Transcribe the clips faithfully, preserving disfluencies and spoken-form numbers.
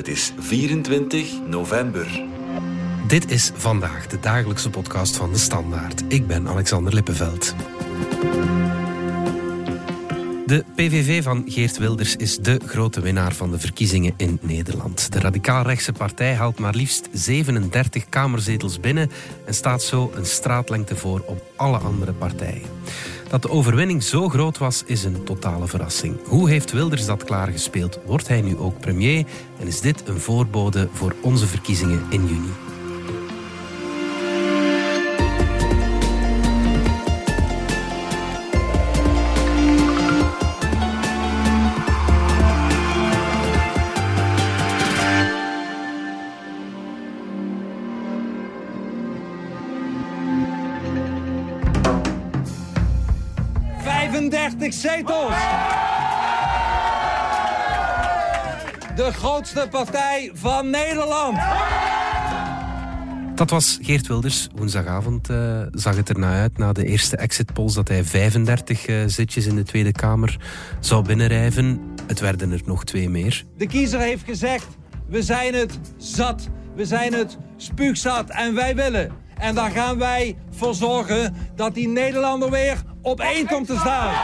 Het is vierentwintig november. Dit is Vandaag, de dagelijkse podcast van De Standaard. Ik ben Alexander Lippenveld. De P V V van Geert Wilders is de grote winnaar van de verkiezingen in Nederland. De radicaal-rechtse partij haalt maar liefst zevenendertig kamerzetels binnen en staat zo een straatlengte voor op alle andere partijen. Dat de overwinning zo groot was, is een totale verrassing. Hoe heeft Wilders dat klaargespeeld? Wordt hij nu ook premier? En is dit een voorbode voor onze verkiezingen in juni? vijfendertig zetels! De grootste partij van Nederland! Dat was Geert Wilders. Woensdagavond uh, zag het ernaar uit, na de eerste exit polls, dat hij vijfendertig uh, zitjes in de Tweede Kamer zou binnenrijven. Het werden er nog twee meer. De kiezer heeft gezegd, we zijn het zat. We zijn het spuugzat en wij willen. En daar gaan wij voor zorgen dat die Nederlander weer op één komt te staan.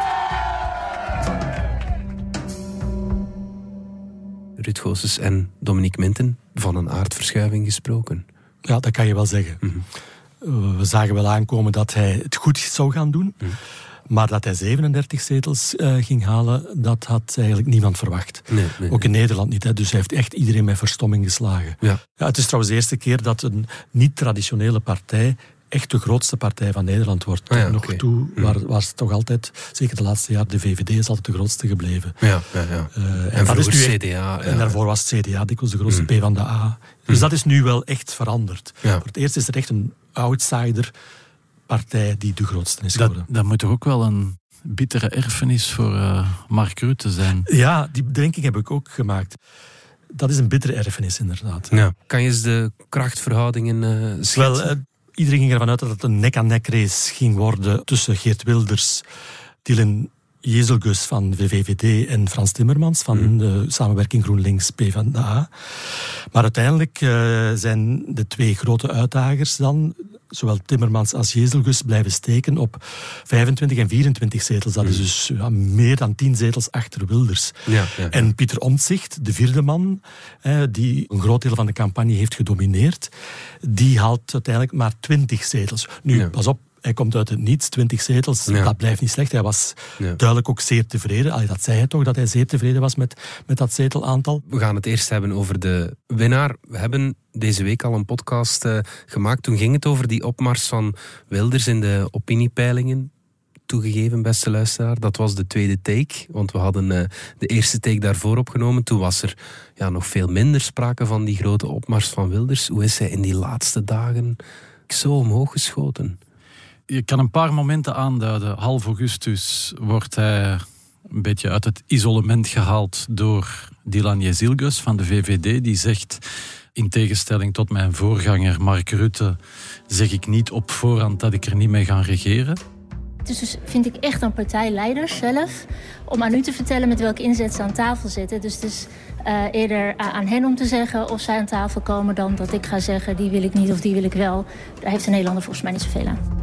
Ruud Goossens en Dominique Minten, van een aardverschuiving gesproken. Ja, dat kan je wel zeggen. Mm-hmm. We zagen wel aankomen dat hij het goed zou gaan doen. Mm. Maar dat hij zevenendertig zetels uh, ging halen, dat had eigenlijk niemand verwacht. Nee, nee, Ook in nee. Nederland niet. Hè. Dus hij heeft echt iedereen met verstomming geslagen. Ja. Ja, het is trouwens de eerste keer dat een niet-traditionele partij echt de grootste partij van Nederland wordt. Ah ja, Nog okay. toe was, was het toch altijd, zeker de laatste jaar, de V V D is altijd de grootste gebleven. Ja, ja, ja. Uh, en en dat is nu echt, C D A. Ja. En daarvoor was het C D A dikwijls de grootste, mm. P van de A. Dus mm. dat is nu wel echt veranderd. Ja. Voor het eerst is er echt een outsider partij die de grootste is geworden. Dat, dat moet toch ook wel een bittere erfenis voor uh, Mark Rutte zijn? Ja, die bedenking heb ik ook gemaakt. Dat is een bittere erfenis, inderdaad. Ja. Kan je eens de krachtverhoudingen uh, schetsen? Wel, uh, iedereen ging ervan uit dat het een nek-aan-nek race ging worden tussen Geert Wilders, Dylan Jezelgus van de V V D en Frans Timmermans van mm. de samenwerking GroenLinks-P van de A. Maar uiteindelijk uh, zijn de twee grote uitdagers dan, zowel Timmermans als Jezelgus, blijven steken op vijfentwintig en vierentwintig zetels. Dat mm. is dus ja, meer dan tien zetels achter Wilders. Ja, ja, ja. En Pieter Omtzigt, de vierde man, eh, die een groot deel van de campagne heeft gedomineerd, die haalt uiteindelijk maar twintig zetels. Nu, ja. pas op. Hij komt uit het niets, twintig zetels, ja. dat blijft niet slecht. Hij was ja. duidelijk ook zeer tevreden. Allee, dat zei hij toch, dat hij zeer tevreden was met, met dat zetelaantal. We gaan het eerst hebben over de winnaar. We hebben deze week al een podcast uh, gemaakt. Toen ging het over die opmars van Wilders in de opiniepeilingen. Toegegeven, beste luisteraar, dat was de tweede take. Want we hadden uh, de eerste take daarvoor opgenomen. Toen was er ja, nog veel minder sprake van die grote opmars van Wilders. Hoe is hij in die laatste dagen zo omhoog geschoten? Je kan een paar momenten aanduiden. Half augustus wordt hij een beetje uit het isolement gehaald door Dylan Jezelgus van de V V D. Die zegt, in tegenstelling tot mijn voorganger Mark Rutte, zeg ik niet op voorhand dat ik er niet mee ga regeren. Het is dus, vind ik, echt aan partijleiders zelf om aan u te vertellen met welke inzet ze aan tafel zitten. Dus het is uh, eerder aan hen om te zeggen of zij aan tafel komen dan dat ik ga zeggen, die wil ik niet of die wil ik wel. Daar heeft de Nederlander volgens mij niet zoveel aan.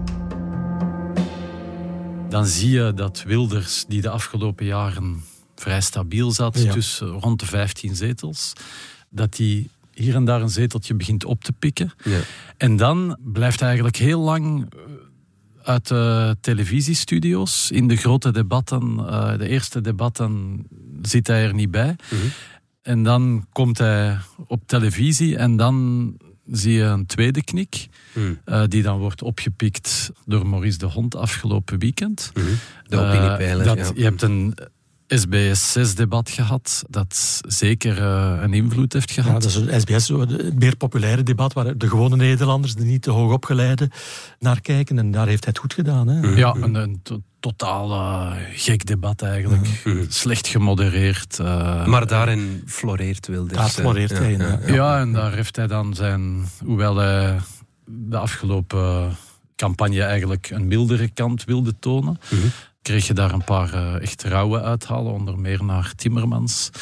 Dan zie je dat Wilders, die de afgelopen jaren vrij stabiel zat, ja. tussen rond de vijftien zetels, dat hij hier en daar een zeteltje begint op te pikken. Ja. En dan blijft hij eigenlijk heel lang uit de televisiestudio's, in de grote debatten, uh, de eerste debatten zit hij er niet bij. Mm-hmm. En dan komt hij op televisie en dan zie je een tweede knik, mm. uh, die dan wordt opgepikt door Maurice de Hond afgelopen weekend. Mm-hmm. De opiniepeiler, uh, dat, ja. Je hebt een S B S zes-debat gehad, dat zeker uh, een invloed heeft gehad. Ja, dat is een S B S, het meer populaire debat, waar de gewone Nederlanders, de niet te hoog opgeleide, naar kijken. En daar heeft hij het goed gedaan. Hè? Mm-hmm. Ja, een, een to- totaal uh, gek debat eigenlijk. Mm-hmm. Slecht gemodereerd. Uh, maar daarin floreert Wilders. Daar floreert uh, hij in. Ja, ja. ja, en daar heeft hij dan zijn, hoewel hij de afgelopen campagne eigenlijk een mildere kant wilde tonen, mm-hmm. kreeg je daar een paar uh, echt rauwe uithalen, onder meer naar Timmermans.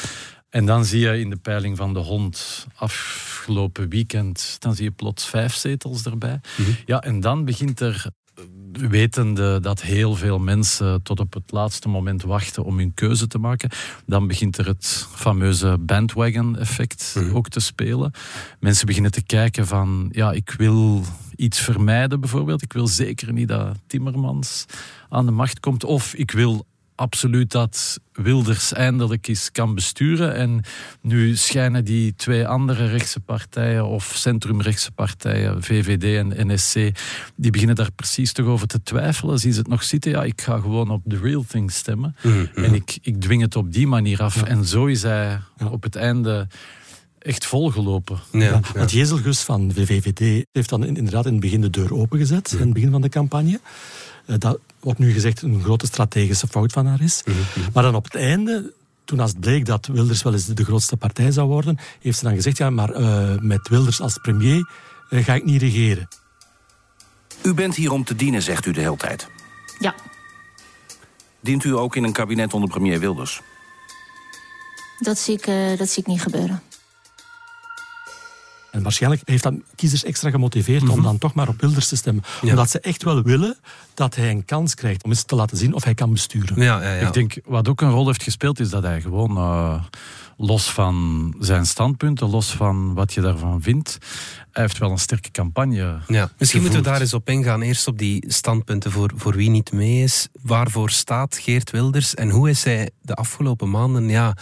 En dan zie je in de peiling van de Hond afgelopen weekend, dan zie je plots vijf zetels erbij. Mm-hmm. Ja, en dan begint er, wetende dat heel veel mensen tot op het laatste moment wachten om hun keuze te maken, dan begint er het fameuze bandwagon-effect mm-hmm. ook te spelen. Mensen beginnen te kijken van, ja, ik wil iets vermijden bijvoorbeeld. Ik wil zeker niet dat Timmermans aan de macht komt. Of ik wil absoluut dat Wilders eindelijk eens kan besturen. En nu schijnen die twee andere rechtse partijen of centrumrechtse partijen, V V D en N S C, die beginnen daar precies toch over te twijfelen. Zien ze het nog zitten? Ja, ik ga gewoon op the real thing stemmen. Mm-hmm. En ik, ik dwing het op die manier af. Ja. En zo is hij ja. op het einde echt volgelopen. Ja, ja. Want Jezelgus van de V V D heeft dan inderdaad in het begin de deur opengezet, ja. in het begin van de campagne. Dat wordt nu gezegd een grote strategische fout van haar is. Mm-hmm. Maar dan op het einde, toen als het bleek dat Wilders wel eens de grootste partij zou worden, heeft ze dan gezegd, ja, maar uh, met Wilders als premier uh, ga ik niet regeren. U bent hier om te dienen, zegt u de hele tijd. Ja. Dient u ook in een kabinet onder premier Wilders? Dat zie ik, uh, dat zie ik niet gebeuren. En waarschijnlijk heeft dat kiezers extra gemotiveerd mm-hmm. om dan toch maar op Wilders te stemmen. Ja. Omdat ze echt wel willen dat hij een kans krijgt om eens te laten zien of hij kan besturen. Ja, ja, ja. Ik denk, wat ook een rol heeft gespeeld, is dat hij gewoon, uh, los van zijn standpunten, los van wat je daarvan vindt, hij heeft wel een sterke campagne ja. Misschien gevoerd. Moeten we daar eens op ingaan. Eerst op die standpunten voor, voor wie niet mee is. Waarvoor staat Geert Wilders en hoe is hij de afgelopen maanden... ja.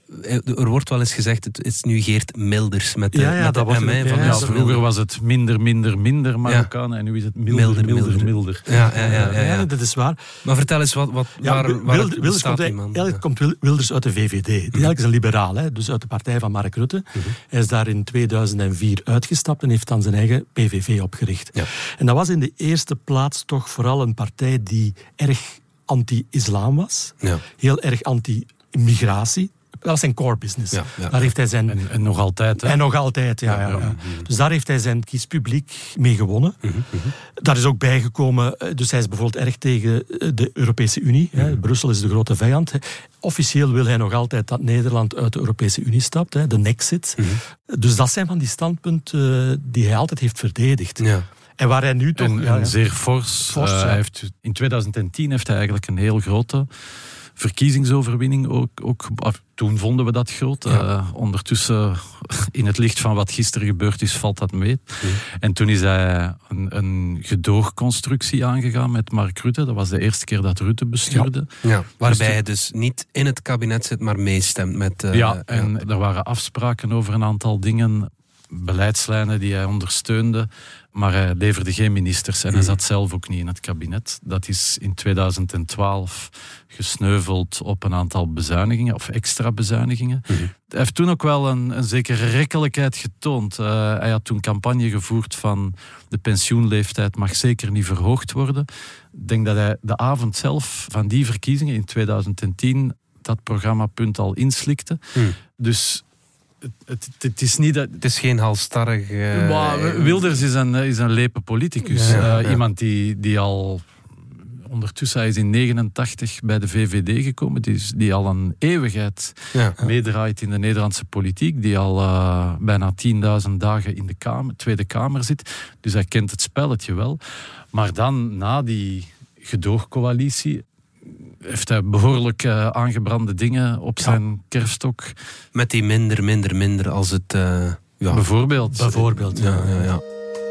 Er wordt wel eens gezegd, het is nu Geert Milders met de, ja, ja, met de dat M I ja, van ja, ja, vroeger was het minder, minder, minder Marokkanen ja. en nu is het milder, milder, milder. milder, milder. Ja, ja, ja, ja, ja. ja, dat is waar. Maar vertel eens, wat, wat, ja, waar, waar Wilders, Wilders komt, hij, eigenlijk ja. komt Wilders uit de V V D. Die mm-hmm. eigenlijk is een liberaal, hè, dus uit de partij van Mark Rutte. Mm-hmm. Hij is daar in tweeduizend vier uitgestapt en heeft dan zijn eigen P V V opgericht. Ja. En dat was in de eerste plaats toch vooral een partij die erg anti-islam was. Ja. Heel erg anti-migratie. Dat was zijn core business. Ja, ja. Daar heeft hij zijn... En, en nog altijd. Hè? En nog altijd, ja. ja, ja. ja. Dus daar heeft hij zijn kiespubliek mee gewonnen. Mm-hmm. Daar is ook bijgekomen... Dus hij is bijvoorbeeld erg tegen de Europese Unie. Mm-hmm. Hè. Brussel is de grote vijand. Officieel wil hij nog altijd dat Nederland uit de Europese Unie stapt. Hè, de Nexit. Mm-hmm. Dus dat zijn van die standpunten die hij altijd heeft verdedigd. Ja. En waar hij nu toch... En, ja, en zeer fors. fors uh, hij heeft, in tweeduizend tien heeft hij eigenlijk een heel grote verkiezingsoverwinning ook, ook. Toen vonden we dat groot. Ja. Uh, ondertussen, in het licht van wat gisteren gebeurd is, valt dat mee. Ja. En toen is hij een, een gedoogconstructie aangegaan met Mark Rutte. Dat was de eerste keer dat Rutte bestuurde. Ja. Ja. Waarbij hij dus niet in het kabinet zit, maar meestemt met... Uh, ja, en ja. er waren afspraken over een aantal dingen, beleidslijnen die hij ondersteunde, maar hij leverde geen ministers en hij zat zelf ook niet in het kabinet. Dat is in tweeduizend twaalf gesneuveld op een aantal bezuinigingen, of extra bezuinigingen. Mm-hmm. Hij heeft toen ook wel een, een zekere rekkelijkheid getoond. Uh, hij had toen campagne gevoerd van de pensioenleeftijd mag zeker niet verhoogd worden. Ik denk dat hij de avond zelf van die verkiezingen in tweeduizend tien dat programmapunt al inslikte. Mm. Dus Het, het, het is niet dat... Het is geen halstarrig... Uh... Maar Wilders is een, is een lepe politicus. Ja, ja, ja. Uh, iemand die, die al... Ondertussen hij is in negenentachtig bij de V V D gekomen. Die, is, die al een eeuwigheid ja. meedraait in de Nederlandse politiek. Die al uh, bijna tienduizend dagen in de kamer, Tweede Kamer zit. Dus hij kent het spelletje wel. Maar dan, na die gedoogcoalitie, heeft hij behoorlijk uh, aangebrande dingen op ja. zijn kerfstok. Met die minder, minder, minder als het... Uh, ja. Bijvoorbeeld. Bijvoorbeeld, ja. ja, ja.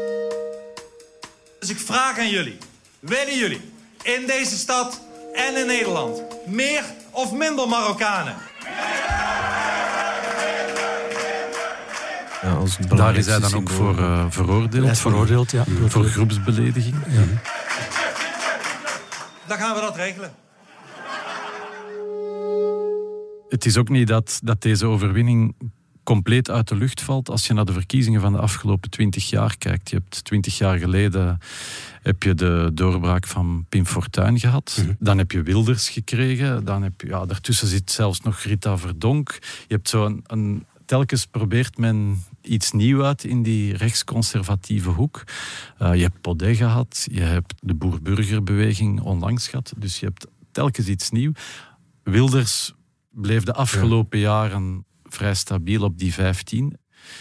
Dus ik vraag aan jullie. Willen jullie in deze stad en in Nederland meer of minder Marokkanen? Ja, als daar is hij dan ook voor uh, veroordeeld. Hij is veroordeeld, ja. Voor, voor groepsbelediging. Ja. Dan gaan we dat regelen. Het is ook niet dat, dat deze overwinning compleet uit de lucht valt als je naar de verkiezingen van de afgelopen twintig jaar kijkt. Je hebt twintig jaar geleden heb je de doorbraak van Pim Fortuyn gehad. Mm-hmm. Dan heb je Wilders gekregen. Dan heb je, ja, daartussen zit zelfs nog Rita Verdonk. Je hebt zo een, een, telkens probeert men iets nieuws uit in die rechtsconservatieve hoek. Uh, je hebt Baudet gehad. Je hebt de boer-burgerbeweging onlangs gehad. Dus je hebt telkens iets nieuws. Wilders bleef de afgelopen ja. jaren vrij stabiel op die vijftien.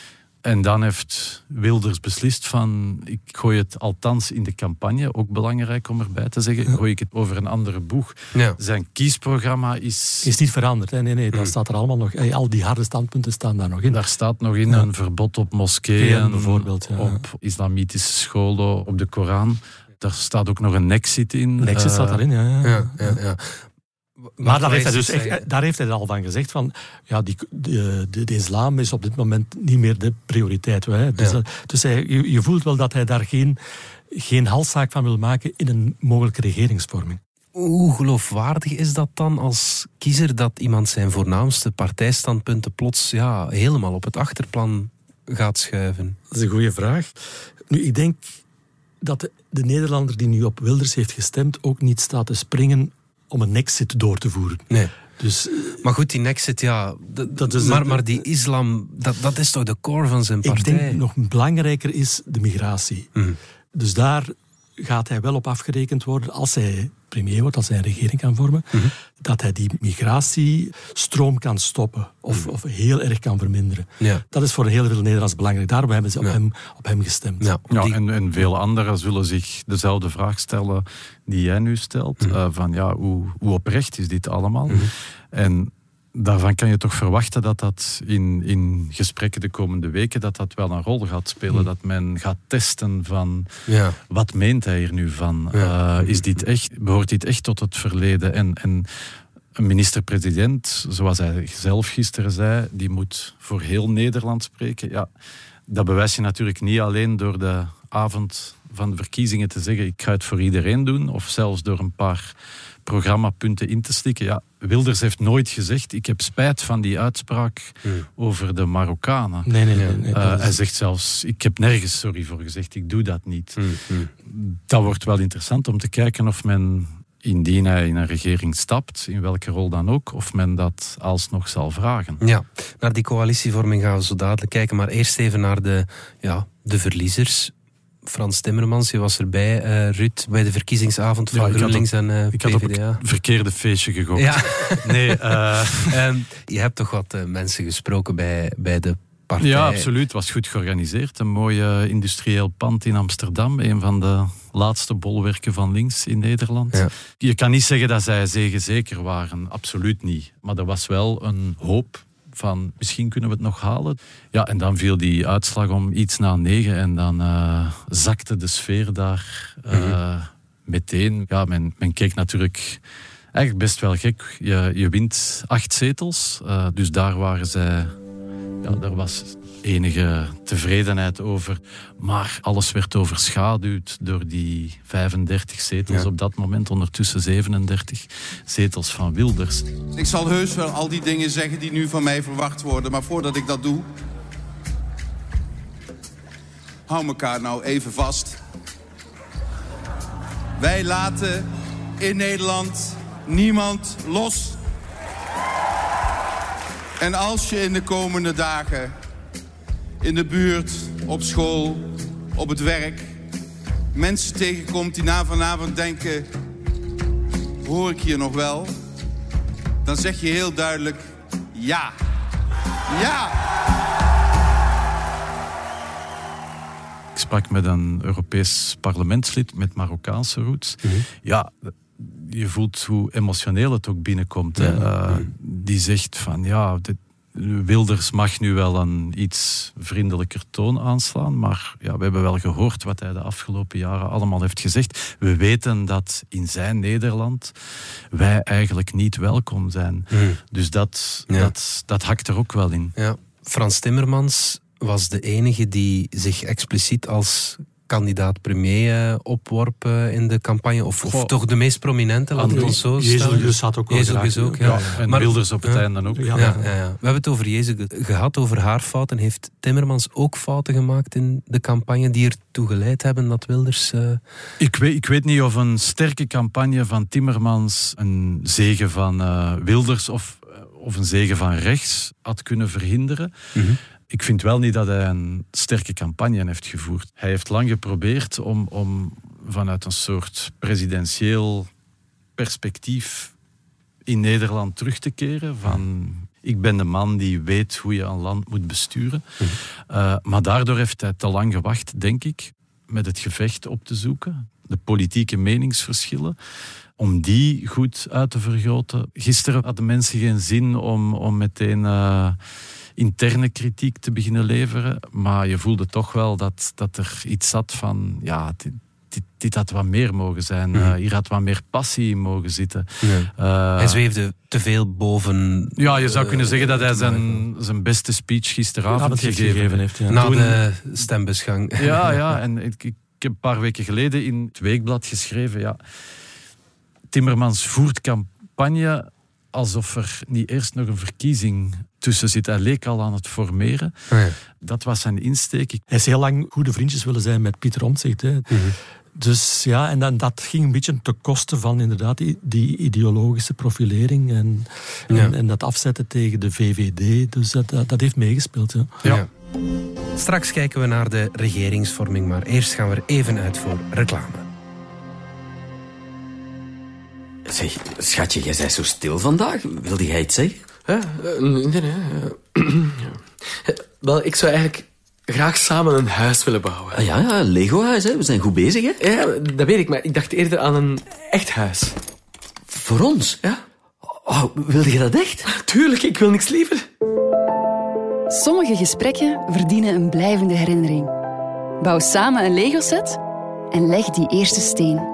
En dan heeft Wilders beslist van, ik gooi het althans in de campagne, ook belangrijk om erbij te zeggen, gooi ik het over een andere boeg. Ja. Zijn kiesprogramma is... Is niet veranderd, hè? nee, nee, dat hmm. staat er allemaal nog. Hey, al die harde standpunten staan daar nog in. Daar staat nog in ja. een verbod op moskeeën, bijvoorbeeld, ja. op islamitische scholen, op de Koran. Daar staat ook nog een Nexit in. Nexit uh, staat daarin, ja. ja. ja, ja, ja. Maar, maar daar, heeft hij dus echt, daar heeft hij er al van gezegd van, ja, die, de, de, de islam is op dit moment niet meer de prioriteit. Hè. Dus, ja. dus hij, je, je voelt wel dat hij daar geen, geen halszaak van wil maken in een mogelijke regeringsvorming. Hoe geloofwaardig is dat dan als kiezer dat iemand zijn voornaamste partijstandpunten plots ja, helemaal op het achterplan gaat schuiven? Dat is een goede vraag. Nu, ik denk dat de, de Nederlander die nu op Wilders heeft gestemd ook niet staat te springen om een Nexit door te voeren. Nee. Dus, maar goed, die Nexit, ja... Dat, dat is maar, een, maar die islam, dat, dat is toch de core van zijn partij? Ik denk nog belangrijker is de migratie. Mm. Dus daar gaat hij wel op afgerekend worden, als hij premier wordt, als hij een regering kan vormen, mm-hmm. dat hij die migratiestroom kan stoppen of, mm. of heel erg kan verminderen. Ja. Dat is voor heel veel Nederlanders belangrijk. Daarom hebben ze op, ja. hem, op hem gestemd. Ja, ja, en, en veel anderen zullen zich dezelfde vraag stellen die jij nu stelt. Mm. Uh, van ja, hoe, hoe oprecht is dit allemaal? Mm. En daarvan kan je toch verwachten dat dat in, in gesprekken de komende weken dat dat wel een rol gaat spelen. Mm. Dat men gaat testen van ja. wat meent hij hier nu van? Ja. Uh, is dit echt, behoort dit echt tot het verleden? En, en een minister-president, zoals hij zelf gisteren zei, die moet voor heel Nederland spreken. Ja, dat bewijs je natuurlijk niet alleen door de avond van de verkiezingen te zeggen ik ga het voor iedereen doen, of zelfs door een paar programmapunten in te stikken. Ja, Wilders heeft nooit gezegd ik heb spijt van die uitspraak hmm. over de Marokkanen. Nee, nee, nee. nee uh, hij zegt zelfs ik heb nergens sorry voor gezegd, ik doe dat niet. Hmm. Hmm. Dat wordt wel interessant om te kijken of men, indien hij in een regering stapt, in welke rol dan ook, of men dat alsnog zal vragen. Ja, naar die coalitievorming gaan we zo dadelijk kijken, maar eerst even naar de, ja, de verliezers. Frans Timmermans, je was erbij, uh, Ruud, bij de verkiezingsavond van ja, GroenLinks en uh, ik P V D A. Ik had op het verkeerde feestje gegokt. Ja. Nee, uh... um, je hebt toch wat uh, mensen gesproken bij, bij de partij? Ja, absoluut. Het was goed georganiseerd. Een mooi uh, industrieel pand in Amsterdam. Een van de laatste bolwerken van links in Nederland. Ja. Je kan niet zeggen dat zij zegenzeker waren. Absoluut niet. Maar er was wel een hoop van misschien kunnen we het nog halen. Ja, en dan viel die uitslag om iets na negen en dan uh, zakte de sfeer daar uh, mm-hmm. meteen. Ja, men, men keek natuurlijk eigenlijk best wel gek. Je, je wint acht zetels, uh, dus daar waren zij... Ja, daar was enige tevredenheid over. Maar alles werd overschaduwd door die vijfendertig zetels ja. op dat moment. Ondertussen zevenendertig zetels van Wilders. Ik zal heus wel al die dingen zeggen die nu van mij verwacht worden. Maar voordat ik dat doe... hou elkaar nou even vast. Wij laten in Nederland niemand los. En als je in de komende dagen in de buurt, op school, op het werk mensen tegenkomt die na vanavond denken, hoor ik hier nog wel? Dan zeg je heel duidelijk ja. Ja! Ik sprak met een Europees parlementslid met Marokkaanse roots. Mm-hmm. Ja, je voelt hoe emotioneel het ook binnenkomt. Ja. Uh, die zegt van ja, dit, Wilders mag nu wel een iets vriendelijker toon aanslaan, maar ja, we hebben wel gehoord wat hij de afgelopen jaren allemaal heeft gezegd. We weten dat in zijn Nederland wij eigenlijk niet welkom zijn. Mm. Dus dat, ja. dat, dat hakt er ook wel in. Ja. Frans Timmermans was de enige die zich expliciet als kandidaat premier uh, opworp uh, in de campagne. Of, of toch de meest prominente, laat het ons zo stellen. Jezelgus had ook wel Jezelgus ook, ja. ja. En maar, Wilders op het ja, einde ook. Ja, ja, ja, ja. We hebben het over Jezelgus gehad, over haar fouten. Heeft Timmermans ook fouten gemaakt in de campagne die ertoe geleid hebben dat Wilders... Uh... Ik, weet, ik weet niet of een sterke campagne van Timmermans een zege van uh, Wilders of, of een zege van rechts had kunnen verhinderen. Mm-hmm. Ik vind wel niet dat hij een sterke campagne heeft gevoerd. Hij heeft lang geprobeerd om, om vanuit een soort presidentieel perspectief in Nederland terug te keren. Van, ik ben de man die weet hoe je een land moet besturen. Mm. Uh, maar daardoor heeft hij te lang gewacht, denk ik, met het gevecht op te zoeken. De politieke meningsverschillen. Om die goed uit te vergroten. Gisteren hadden mensen geen zin om, om meteen uh, interne kritiek te beginnen leveren. Maar je voelde toch wel dat, dat er iets zat van... ja, dit, dit, dit had wat meer mogen zijn. Mm. Uh, hier had wat meer passie in mogen zitten. Ja. Uh, hij zweefde te veel boven... Ja, je zou uh, kunnen zeggen dat hij zijn, zijn beste speech gisteravond ja, gegeven, gegeven heeft. Ja. Na Toen, de stembusgang. Ja, ja, en ik, ik heb een paar weken geleden in het Weekblad geschreven... Ja, Timmermans voert campagne alsof er niet eerst nog een verkiezing tussen zit. Hij leek al aan het formeren. Oh ja. Dat was zijn insteek. Hij is heel lang goede vriendjes willen zijn met Pieter Omtzigt. Hè. Mm-hmm. Dus ja, en dan, dat ging een beetje ten koste van inderdaad die, die ideologische profilering en, ja. en, en dat afzetten tegen de V V D. Dus dat, dat, dat heeft meegespeeld. Ja. Ja. Ja. Straks kijken we naar de regeringsvorming, maar eerst gaan we er even uit voor reclame. Zeg, schatje, jij bent zo stil vandaag. Wilde jij iets zeggen? Ja, nee, nee. nee. Wel, ik zou eigenlijk graag samen een huis willen bouwen. Ah, ja, ja, Lego-huis, hè. We zijn goed bezig, hè? Ja, dat weet ik, maar ik dacht eerder aan een echt huis. Voor ons? Ja. Oh, wilde je dat echt? Tuurlijk, ik wil niks liever. Sommige gesprekken verdienen een blijvende herinnering. Bouw samen een Lego-set en leg die eerste steen.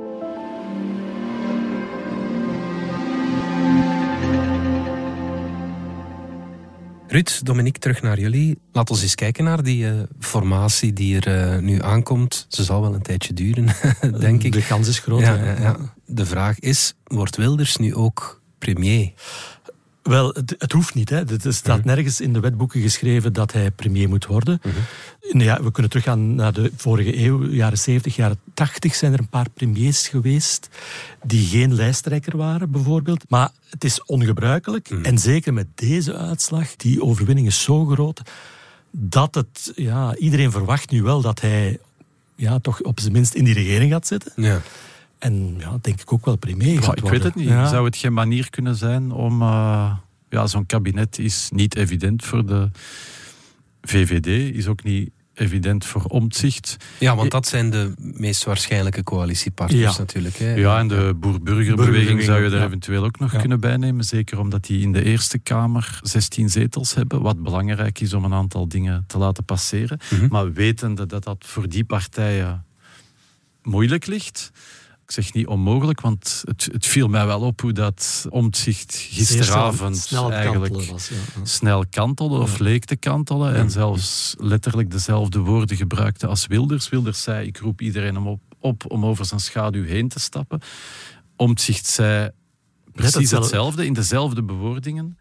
Ruud, Dominique, terug naar jullie. Laat ons eens kijken naar die uh, formatie die er uh, nu aankomt. Ze zal wel een tijdje duren, denk ik. De kans is groot. Ja, ja, ja. De vraag is, wordt Wilders nu ook premier? Wel, het, het hoeft niet. Hè. Er staat uh-huh. nergens in de wetboeken geschreven dat hij premier moet worden. Uh-huh. Ja, we kunnen teruggaan naar de vorige eeuw, jaren zeventig, jaren tachtig zijn er een paar premiers geweest die geen lijsttrekker waren, bijvoorbeeld. Maar het is ongebruikelijk. Uh-huh. En zeker met deze uitslag, die overwinning is zo groot, dat het, ja, iedereen verwacht nu wel dat hij ja, toch op zijn minst in die regering gaat zitten. Ja. En ja, denk ik ook wel premier gaat worden. Ik weet het niet. Ja. Zou het geen manier kunnen zijn om... Uh, ja, zo'n kabinet is niet evident voor de V V D, is ook niet evident voor Omtzigt. Ja, want dat zijn de meest waarschijnlijke coalitiepartners ja. natuurlijk. Hè. Ja, en de boer-burgerbeweging zou je daar ja. eventueel ook nog ja. kunnen bijnemen. Zeker omdat die in de Eerste Kamer zestien zetels hebben, wat belangrijk is om een aantal dingen te laten passeren. Mm-hmm. Maar wetende dat dat voor die partijen moeilijk ligt... Ik zeg niet onmogelijk, want het, het viel mij wel op hoe dat Omtzigt gisteravond snel eigenlijk was, ja. snel kantelde of ja. leek te kantelen. Ja. En zelfs letterlijk dezelfde woorden gebruikte als Wilders. Wilders zei, ik roep iedereen om op, op om over zijn schaduw heen te stappen. Omtzigt zei precies hetzelfde. hetzelfde, in dezelfde bewoordingen.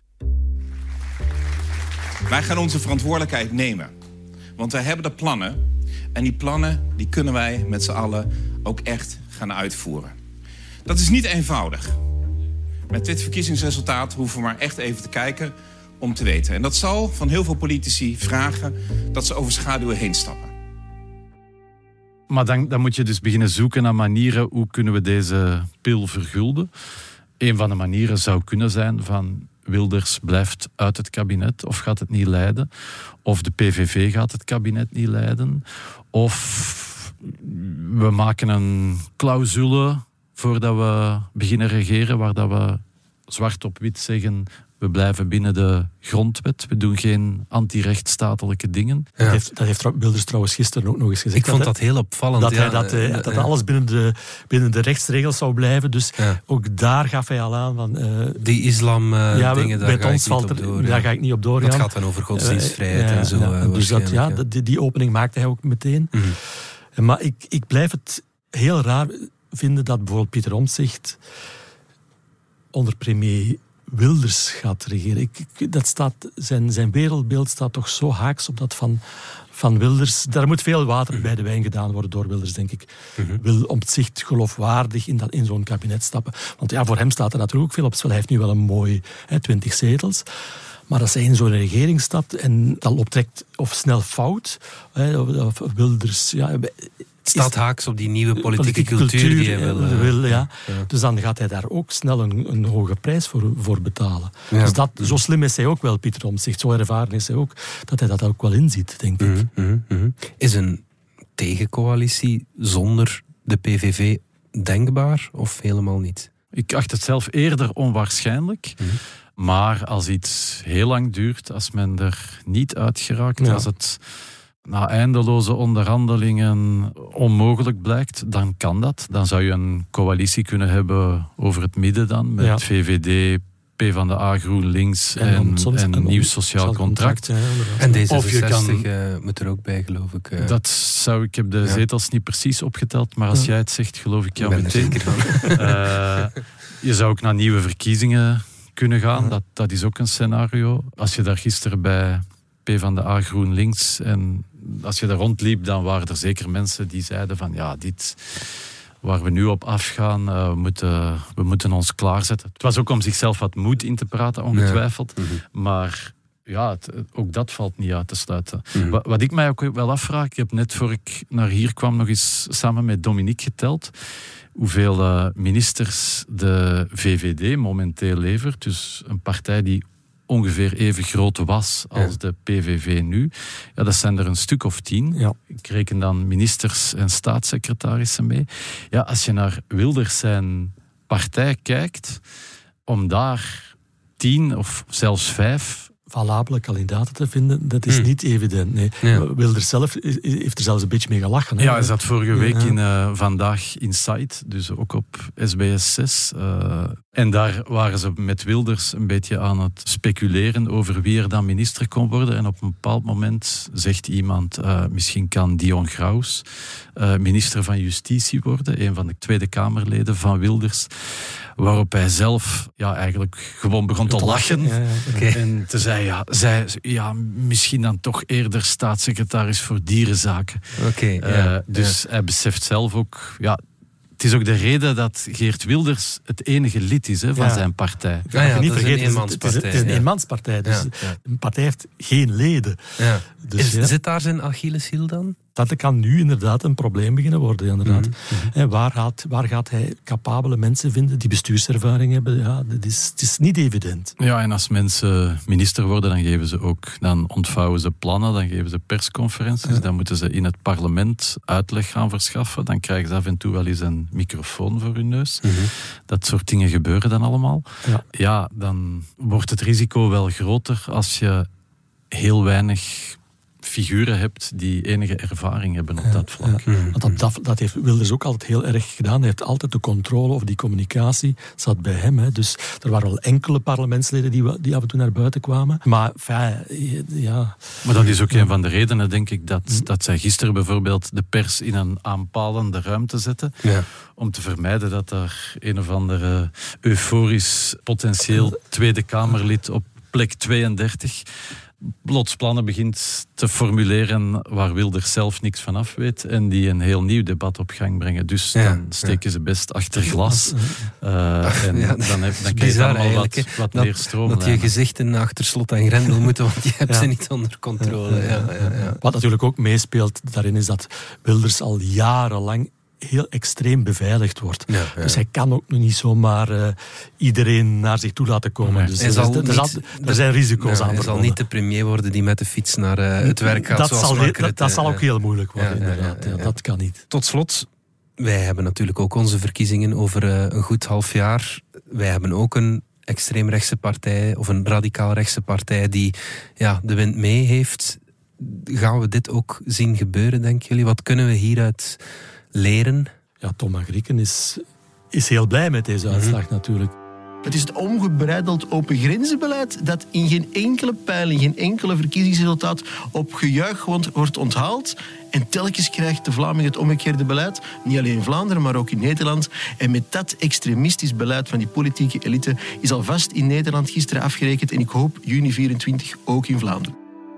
Wij gaan onze verantwoordelijkheid nemen. Want wij hebben de plannen. En die plannen die kunnen wij met z'n allen ook echt gaan uitvoeren. Dat is niet eenvoudig. Met dit verkiezingsresultaat hoeven we maar echt even te kijken om te weten. En dat zal van heel veel politici vragen dat ze over schaduwen heen stappen. Maar dan, dan moet je dus beginnen zoeken naar manieren hoe kunnen we deze pil vergulden. Een van de manieren zou kunnen zijn van Wilders blijft uit het kabinet of gaat het niet leiden. Of de P V V gaat het kabinet niet leiden. Of we maken een clausule voordat we beginnen regeren, waar dat we zwart op wit zeggen, we blijven binnen de grondwet. We doen geen anti-rechtsstatelijke dingen. Ja. Dat, heeft, dat heeft Wilders trouwens gisteren ook nog eens gezegd. Ik vond dat, dat heel opvallend. Dat, ja, hij, dat, uh, dat ja. alles binnen de, binnen de rechtsregels zou blijven. Dus ja. ook daar gaf hij al aan van... Uh, die islam uh, ja, dingen, daar ga, ik niet op door, daar ja. ga ik niet op doorgaan. Dat gaat dan over godsdienstvrijheid uh, uh, en zo. Ja, uh, dus dat, ja, ja. Die, die opening maakte hij ook meteen. Mm-hmm. Maar ik, ik blijf het heel raar vinden dat bijvoorbeeld Pieter Omtzigt onder premier Wilders gaat regeren. Ik, ik, dat staat, zijn, zijn wereldbeeld staat toch zo haaks op dat van, van Wilders. Daar moet veel water bij de wijn gedaan worden door Wilders, denk ik. Mm-hmm. Wil Omtzigt geloofwaardig in, dat, in zo'n kabinet stappen. Want ja, voor hem staat er natuurlijk ook veel op. Hij heeft nu wel een mooi hè, twintig zetels. Maar als hij in zo'n regering stapt en dat loopt direct of snel fout, hè, of Wilders... Ja, staat haaks op die nieuwe politieke, politieke cultuur, cultuur die hij wil. Uh, wil ja. ja. Dus dan gaat hij daar ook snel een, een hoge prijs voor, voor betalen. Ja. Dus dat, zo slim is hij ook wel, Pieter Omtzigt. Zo ervaren is hij ook, dat hij dat ook wel inziet, denk ik. Mm-hmm, mm-hmm. Is een tegencoalitie zonder de P V V denkbaar of helemaal niet? Ik acht het zelf eerder onwaarschijnlijk. Mm-hmm. Maar als iets heel lang duurt, als men er niet uit geraakt, ja. als het na eindeloze onderhandelingen onmogelijk blijkt, dan kan dat. Dan zou je een coalitie kunnen hebben over het midden dan, met ja. V V D, PvdA, GroenLinks en, en, soms, en een nieuw sociaal contract. contract ja, en D zesenzestig uh, moet er ook bij, geloof ik. Uh. Dat zou, ik heb de ja. zetels niet precies opgeteld, maar als ja. jij het zegt, geloof ik jou ik meteen. uh, je zou ook naar nieuwe verkiezingen kunnen gaan. Ja. Dat, dat is ook een scenario. Als je daar gisteren bij PvdA, GroenLinks en als je daar rondliep, dan waren er zeker mensen die zeiden van ja, dit waar we nu op afgaan, uh, we, moeten, we moeten ons klaarzetten. Het was ook om zichzelf wat moed in te praten, ongetwijfeld. Ja. Mm-hmm. Maar ja, het, ook dat valt niet uit te sluiten. Mm-hmm. Wat, wat ik mij ook wel afvraag, ik heb net voor ik naar hier kwam nog eens samen met Dominique geteld hoeveel uh, ministers de V V D momenteel levert. Dus een partij die ongeveer even groot was als ja. de P V V nu. Ja, dat zijn er een stuk of tien. Ja. Ik reken dan ministers en staatssecretarissen mee. Ja, als je naar Wilders zijn partij kijkt, om daar tien of zelfs vijf valabele kandidaten te vinden, dat is hmm. niet evident. Nee. Ja. Wilders zelf heeft er zelfs een beetje mee gelachen. Hè? Ja, hij zat vorige week ja. in uh, Vandaag Inside, dus ook op S B S zes. Uh, en daar waren ze met Wilders een beetje aan het speculeren over wie er dan minister kon worden. En op een bepaald moment zegt iemand, uh, misschien kan Dion Graus uh, minister van Justitie worden, een van de Tweede Kamerleden van Wilders. Waarop hij zelf ja, eigenlijk gewoon begon te, te lachen. lachen. Ja, ja. Okay. En te zeggen, ja, zij, ja, misschien dan toch eerder staatssecretaris voor dierenzaken. Okay, uh, ja, dus ja. hij beseft zelf ook... Ja, het is ook de reden dat Geert Wilders het enige lid is hè, van ja. zijn partij. Ja, ja, niet vergeten, een het is, het is een ja. eenmanspartij. Dus ja, ja. een partij heeft geen leden. Ja. Dus, is, ja. Zit daar zijn Achilleshiel dan? Dat kan nu inderdaad een probleem beginnen worden. Inderdaad. Mm-hmm. En waar, gaat, waar gaat hij capabele mensen vinden die bestuurservaring hebben? Ja, dat is, het is niet evident. Ja, en als mensen minister worden, dan geven ze ook, dan ontvouwen ze plannen, dan geven ze persconferenties, ja. dan moeten ze in het parlement uitleg gaan verschaffen, dan krijgen ze af en toe wel eens een microfoon voor hun neus. Mm-hmm. Dat soort dingen gebeuren dan allemaal. Ja. ja, dan wordt het risico wel groter als je heel weinig figuren hebt die enige ervaring hebben op ja, dat vlak. Ja. Want dat, dat heeft Wilders ook altijd heel erg gedaan. Hij heeft altijd de controle of die communicatie zat bij hem. Hè. Dus er waren wel enkele parlementsleden die, die af en toe naar buiten kwamen. Maar fijn, ja... Maar dat is ook ja. een van de redenen, denk ik, dat, dat zij gisteren bijvoorbeeld de pers in een aanpalende ruimte zetten. Ja. Om te vermijden dat er een of andere euforisch potentieel Tweede Kamerlid op plek tweeëndertig... plots plannen begint te formuleren waar Wilders zelf niks van af weet en die een heel nieuw debat op gang brengen. Dus ja, dan steken ja. ze best achter glas. Uh, en ja, dan, heb, dan krijg je allemaal wat, wat dat, meer stroom. Dat je gezichten achter slot en grendel moeten, want je hebt ja. ze niet onder controle. Ja, ja, ja, ja. Wat natuurlijk ook meespeelt daarin is dat Wilders al jarenlang heel extreem beveiligd wordt. Ja, ja. Dus hij kan ook nog niet zomaar uh, iedereen naar zich toe laten komen. Nee. Dus er, zal er, zal, er zijn risico's ja, aan. Hij zal niet de premier worden die met de fiets naar uh, het werk gaat. Dat, zoals zal, Mark dat, het, dat uh, zal ook heel moeilijk worden, ja, inderdaad. Ja, ja, ja. Ja, dat kan niet. Tot slot, wij hebben natuurlijk ook onze verkiezingen over uh, een goed half jaar. Wij hebben ook een extreemrechtse partij of een radicaal-rechtse partij die ja, de wind mee heeft. Gaan we dit ook zien gebeuren, denken jullie? Wat kunnen we hieruit leren? Ja, Thomas Grieken is, is heel blij met deze uitslag mm-hmm. natuurlijk. Het is het ongebreideld open grenzenbeleid dat in geen enkele peiling, geen enkele verkiezingsresultaat op gejuich wordt onthaald. En telkens krijgt de Vlaming het omgekeerde beleid, niet alleen in Vlaanderen, maar ook in Nederland. En met dat extremistisch beleid van die politieke elite is alvast in Nederland gisteren afgerekend en ik hoop juni vierentwintig ook in Vlaanderen.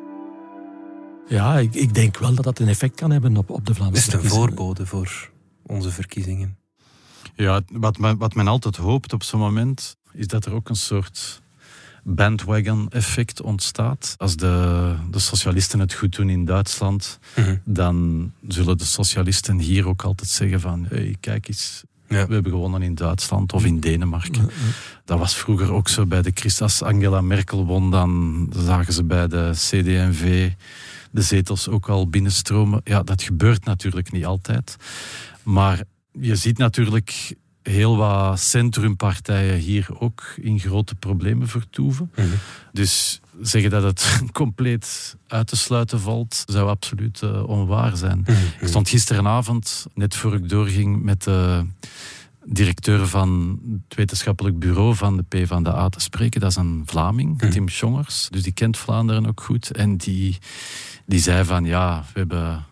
Ja, ik, ik denk wel dat dat een effect kan hebben op, op de Vlaamse Is het een voorbode voor onze verkiezingen? Ja, wat men, wat men altijd hoopt op zo'n moment, is dat er ook een soort bandwagon-effect ontstaat. Als de, de socialisten het goed doen in Duitsland, mm-hmm. dan zullen de socialisten hier ook altijd zeggen van, hey, kijk eens, ja. we hebben gewonnen in Duitsland of in Denemarken. Ja, ja. Dat was vroeger ook zo bij de Christ. Als Angela Merkel won, dan zagen ze bij de C D en V de zetels ook al binnenstromen. Ja, dat gebeurt natuurlijk niet altijd. Maar je ziet natuurlijk heel wat centrumpartijen hier ook in grote problemen vertoeven. Mm-hmm. Dus zeggen dat het compleet uit te sluiten valt, zou absoluut uh, onwaar zijn. Mm-hmm. Ik stond gisteravond, net voor ik doorging, met de directeur van het wetenschappelijk bureau van de PvdA te spreken. Dat is een Vlaming, mm-hmm. Tim Schongers. Dus die kent Vlaanderen ook goed. En die, die zei van, ja, we hebben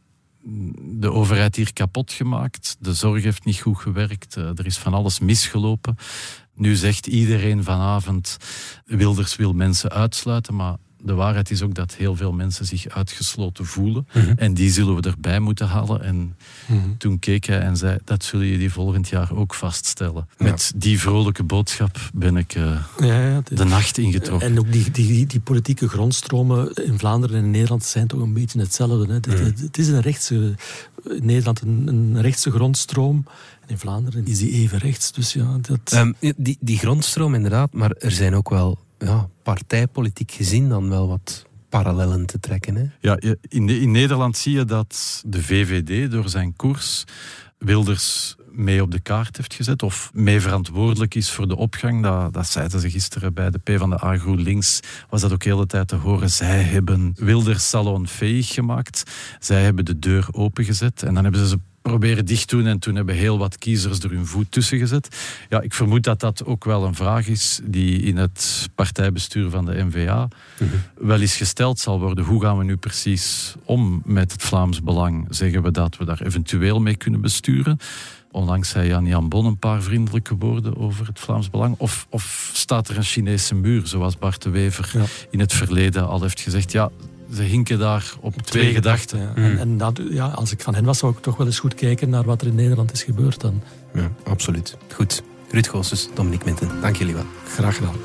de overheid hier kapot gemaakt. De zorg heeft niet goed gewerkt. Er is van alles misgelopen. Nu zegt iedereen vanavond, Wilders wil mensen uitsluiten, maar de waarheid is ook dat heel veel mensen zich uitgesloten voelen. Mm-hmm. En die zullen we erbij moeten halen. En mm-hmm. toen keek hij en zei, dat zullen jullie volgend jaar ook vaststellen. Ja. Met die vrolijke boodschap ben ik uh, ja, ja, de, de nacht ingetrokken. En ook die, die, die politieke grondstromen in Vlaanderen en in Nederland zijn toch een beetje hetzelfde. Hè? Mm. Het, het is een rechtse, in Nederland een, een rechtse grondstroom. En in Vlaanderen is die even rechts. Dus ja, dat... Um, die, die grondstroom inderdaad, maar er zijn ook wel... Ja, partijpolitiek gezien dan wel wat parallellen te trekken. Hè? Ja, in, de, in Nederland zie je dat de V V D door zijn koers Wilders mee op de kaart heeft gezet of mee verantwoordelijk is voor de opgang. Dat, dat zeiden ze gisteren bij de PvdA GroenLinks. Was dat ook de hele tijd te horen. Zij hebben Wilders salonfähig gemaakt. Zij hebben de deur opengezet en dan hebben ze ze proberen dicht doen en toen hebben heel wat kiezers er hun voet tussen gezet. Ja, ik vermoed dat dat ook wel een vraag is die in het partijbestuur van de N V A mm-hmm. wel eens gesteld zal worden. Hoe gaan we nu precies om met het Vlaams Belang? Zeggen we dat we daar eventueel mee kunnen besturen? Onlangs zei Jan-Jan Bon een paar vriendelijke woorden over het Vlaams Belang. Of, of staat er een Chinese muur, zoals Bart de Wever ja. in het verleden al heeft gezegd. Ja, ze hinken daar op twee, twee gedachten. gedachten ja. mm. En, en dat, ja, als ik van hen was, zou ik toch wel eens goed kijken naar wat er in Nederland is gebeurd dan. Ja, absoluut. Goed. Ruud Goossens, Dominique Minten, dank jullie wel. Graag gedaan.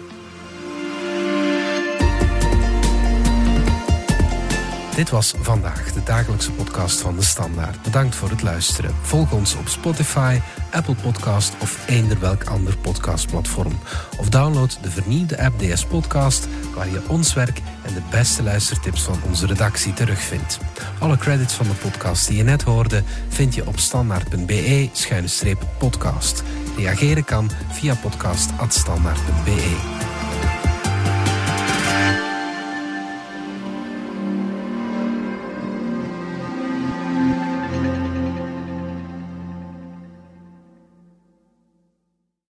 Dit was Vandaag, de dagelijkse podcast van De Standaard. Bedankt voor het luisteren. Volg ons op Spotify, Apple Podcast of eender welk ander podcastplatform. Of download de vernieuwde app D S Podcast, waar je ons werk en de beste luistertips van onze redactie terugvindt. Alle credits van de podcast die je net hoorde vind je op standaard.be schuine streep podcast. Reageren kan via podcast at standaard punt be.